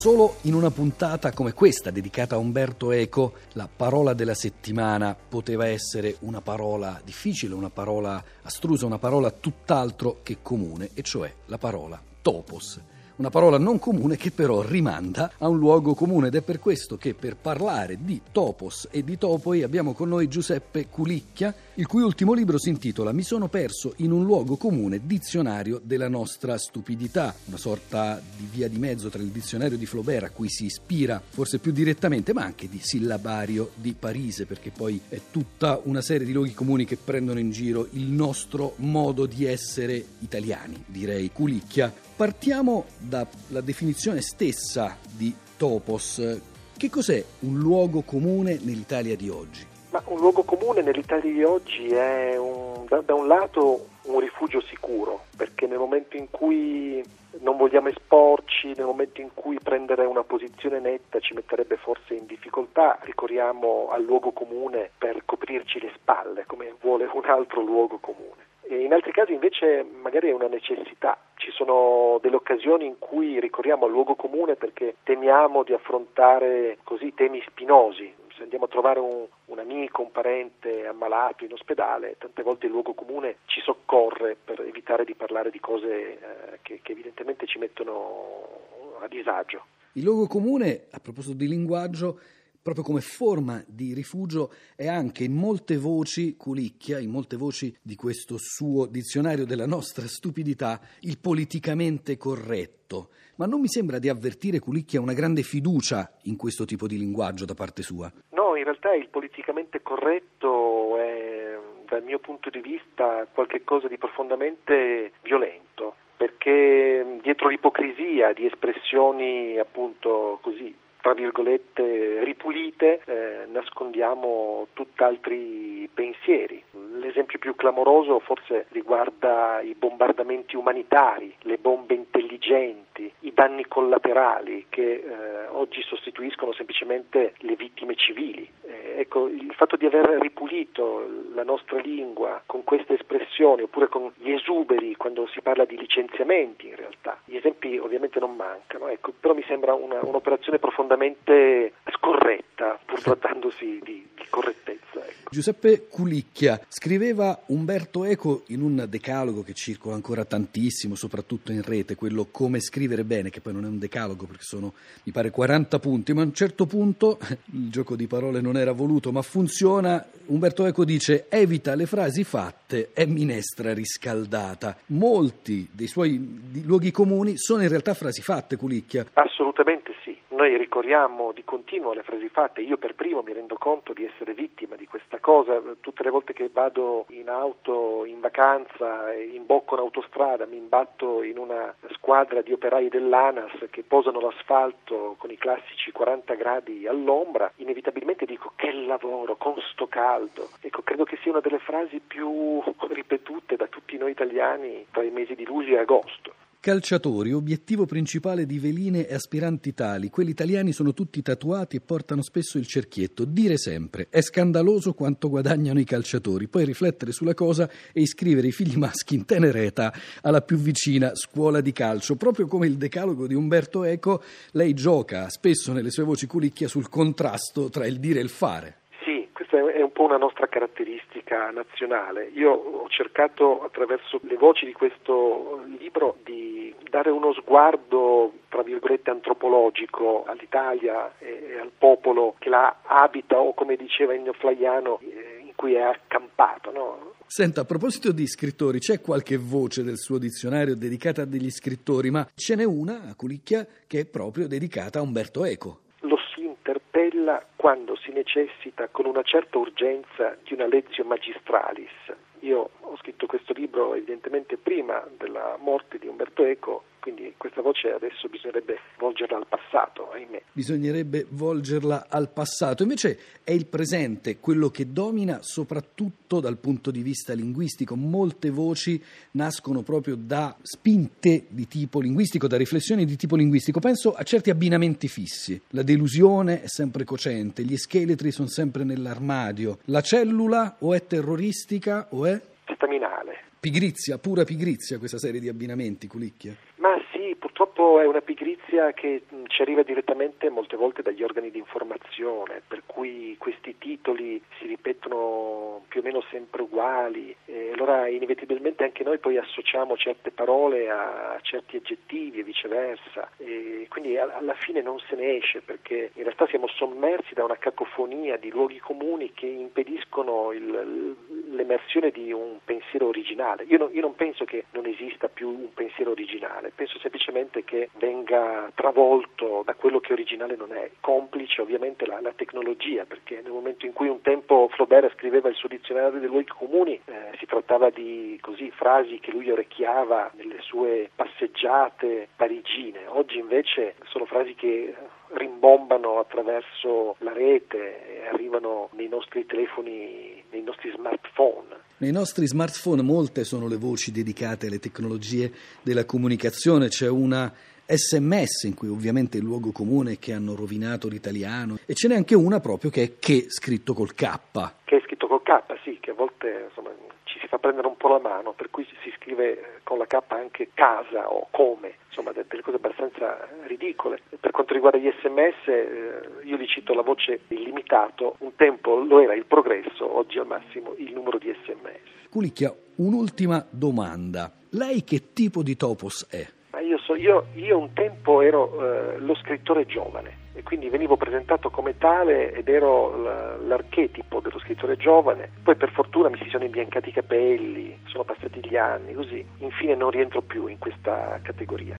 Solo in una puntata come questa, dedicata a Umberto Eco, la parola della settimana poteva essere una parola difficile, una parola astrusa, una parola tutt'altro che comune, e cioè la parola topos. Una parola non comune che però rimanda a un luogo comune, ed è per questo che per parlare di topos e di topoi abbiamo con noi Giuseppe Culicchia, il cui ultimo libro si intitola Mi sono perso in un luogo comune, dizionario della nostra stupidità, una sorta di via di mezzo tra il dizionario di Flaubert, a cui si ispira forse più direttamente, ma anche di Sillabario di Parise, perché poi è tutta una serie di luoghi comuni che prendono in giro il nostro modo di essere italiani, direi. Culicchia, partiamo dalla definizione stessa di topos. Che cos'è un luogo comune nell'Italia di oggi? Ma un luogo comune nell'Italia di oggi è da un lato un rifugio sicuro, perché nel momento in cui non vogliamo esporci, nel momento in cui prendere una posizione netta ci metterebbe forse in difficoltà, ricorriamo al luogo comune per coprirci le spalle, come vuole un altro luogo comune. E in altri casi invece magari è una necessità. Ci sono delle occasioni in cui ricorriamo al luogo comune perché temiamo di affrontare così temi spinosi. Se andiamo a trovare un amico, un parente ammalato in ospedale, tante volte il luogo comune ci soccorre per evitare di parlare di cose che evidentemente ci mettono a disagio. Il luogo comune, a proposito di linguaggio, proprio come forma di rifugio, è anche in molte voci, Culicchia, in molte voci di questo suo dizionario della nostra stupidità, il politicamente corretto. Ma non mi sembra di avvertire, Culicchia, una grande fiducia in questo tipo di linguaggio da parte sua. No, in realtà il politicamente corretto è, dal mio punto di vista, qualcosa di profondamente violento, perché dietro l'ipocrisia di espressioni appunto così, tra virgolette, ripulite, nascondiamo tutt'altri pensieri. L'esempio più clamoroso forse riguarda i bombardamenti umanitari, le bombe intelligenti, i danni collaterali che oggi sostituiscono semplicemente le vittime civili. Ecco, il fatto di aver ripulito la nostra lingua con queste espressioni, oppure con gli esuberi quando si parla di licenziamenti, in realtà, gli esempi ovviamente non mancano, ecco, però mi sembra un'operazione profondamente scorretta, pur trattandosi di correttezza. Ecco. Giuseppe Culicchia, scriveva Umberto Eco in un decalogo che circola ancora tantissimo, soprattutto in rete, quello Come scrivere bene, che poi non è un decalogo perché sono, mi pare, 40 punti, ma a un certo punto, il gioco di parole non era voluto, ma funziona. Umberto Eco dice: evita le frasi fatte, è minestra riscaldata. Molti dei suoi luoghi comuni sono in realtà frasi fatte, Culicchia. Assolutamente sì. Noi ricorriamo di continuo alle frasi fatte. Io per primo mi rendo conto di essere vittima di questa cosa. Tutte le volte che vado in auto, in vacanza, imbocco un'autostrada, mi imbatto in una squadra di operai dell'ANAS che posano l'asfalto con i classici 40 gradi all'ombra, inevitabilmente dico: che lavoro, con sto caldo. Ecco, credo che sia una delle frasi più ripetute da tutti noi italiani tra i mesi di luglio e agosto. Calciatori, obiettivo principale di veline e aspiranti tali. Quelli italiani sono tutti tatuati e portano spesso il cerchietto. Dire sempre: è scandaloso quanto guadagnano i calciatori. Poi riflettere sulla cosa e iscrivere i figli maschi in tenera età alla più vicina scuola di calcio. Proprio come il decalogo di Umberto Eco, lei gioca spesso nelle sue voci, Culicchia, sul contrasto tra il dire e il fare. Questa è un po' una nostra caratteristica nazionale. Io ho cercato attraverso le voci di questo libro di dare uno sguardo, tra virgolette, antropologico all'Italia e al popolo che la abita, o come diceva Ennio Flaiano, in cui è accampato, no? Senta, a proposito di scrittori, c'è qualche voce del suo dizionario dedicata a degli scrittori, ma ce n'è una, a Culicchia, che è proprio dedicata a Umberto Eco. Interpella quando si necessita con una certa urgenza di una lectio magistralis. Io ho scritto questo libro evidentemente prima della morte di Umberto Eco, quindi questa voce adesso bisognerebbe volgerla al passato, ahimè. Bisognerebbe volgerla al passato. Invece è il presente quello che domina, soprattutto dal punto di vista linguistico. Molte voci nascono proprio da spinte di tipo linguistico, da riflessioni di tipo linguistico. Penso a certi abbinamenti fissi. La delusione è sempre cocente, gli scheletri sono sempre nell'armadio. La cellula o è terroristica o è staminale. Pigrizia, pura pigrizia, questa serie di abbinamenti, Culicchia. Ma sì, purtroppo è una pigrizia che ci arriva direttamente molte volte dagli organi di informazione, per cui questi titoli si ripetono più o meno sempre uguali, e allora inevitabilmente anche noi poi associamo certe parole a certi aggettivi e viceversa, e quindi alla fine non se ne esce, perché in realtà siamo sommersi da una cacofonia di luoghi comuni che impediscono l'emersione di un pensiero originale. Io non penso che non esista più un pensiero originale, penso semplicemente che venga travolto da quello che originale non è, complice ovviamente la tecnologia, perché nel momento in cui un tempo Flaubert scriveva il suo dizionario dei luoghi comuni, si trattava di frasi che lui orecchiava nelle sue passeggiate parigine. Oggi invece sono frasi che rimbombano attraverso la rete e arrivano nei nostri telefoni, nei nostri smartphone. Nei nostri smartphone molte sono le voci dedicate alle tecnologie della comunicazione. C'è una SMS in cui ovviamente il luogo comune è che hanno rovinato l'italiano, e ce n'è anche una proprio che è che scritto col K. Che è scritto col K, sì, che a volte ci si fa prendere un po' la mano, per cui si scrive con la K anche casa o come, delle cose abbastanza ridicole. Per quanto riguarda gli SMS, io li cito la voce illimitato, un tempo lo era il progresso, oggi al massimo il numero di SMS. Culicchia, un'ultima domanda. Lei che tipo di topos è? Io un tempo ero lo scrittore giovane, e quindi venivo presentato come tale ed ero l'archetipo dello scrittore giovane. Poi per fortuna mi si sono imbiancati i capelli, sono passati gli anni, così infine non rientro più in questa categoria.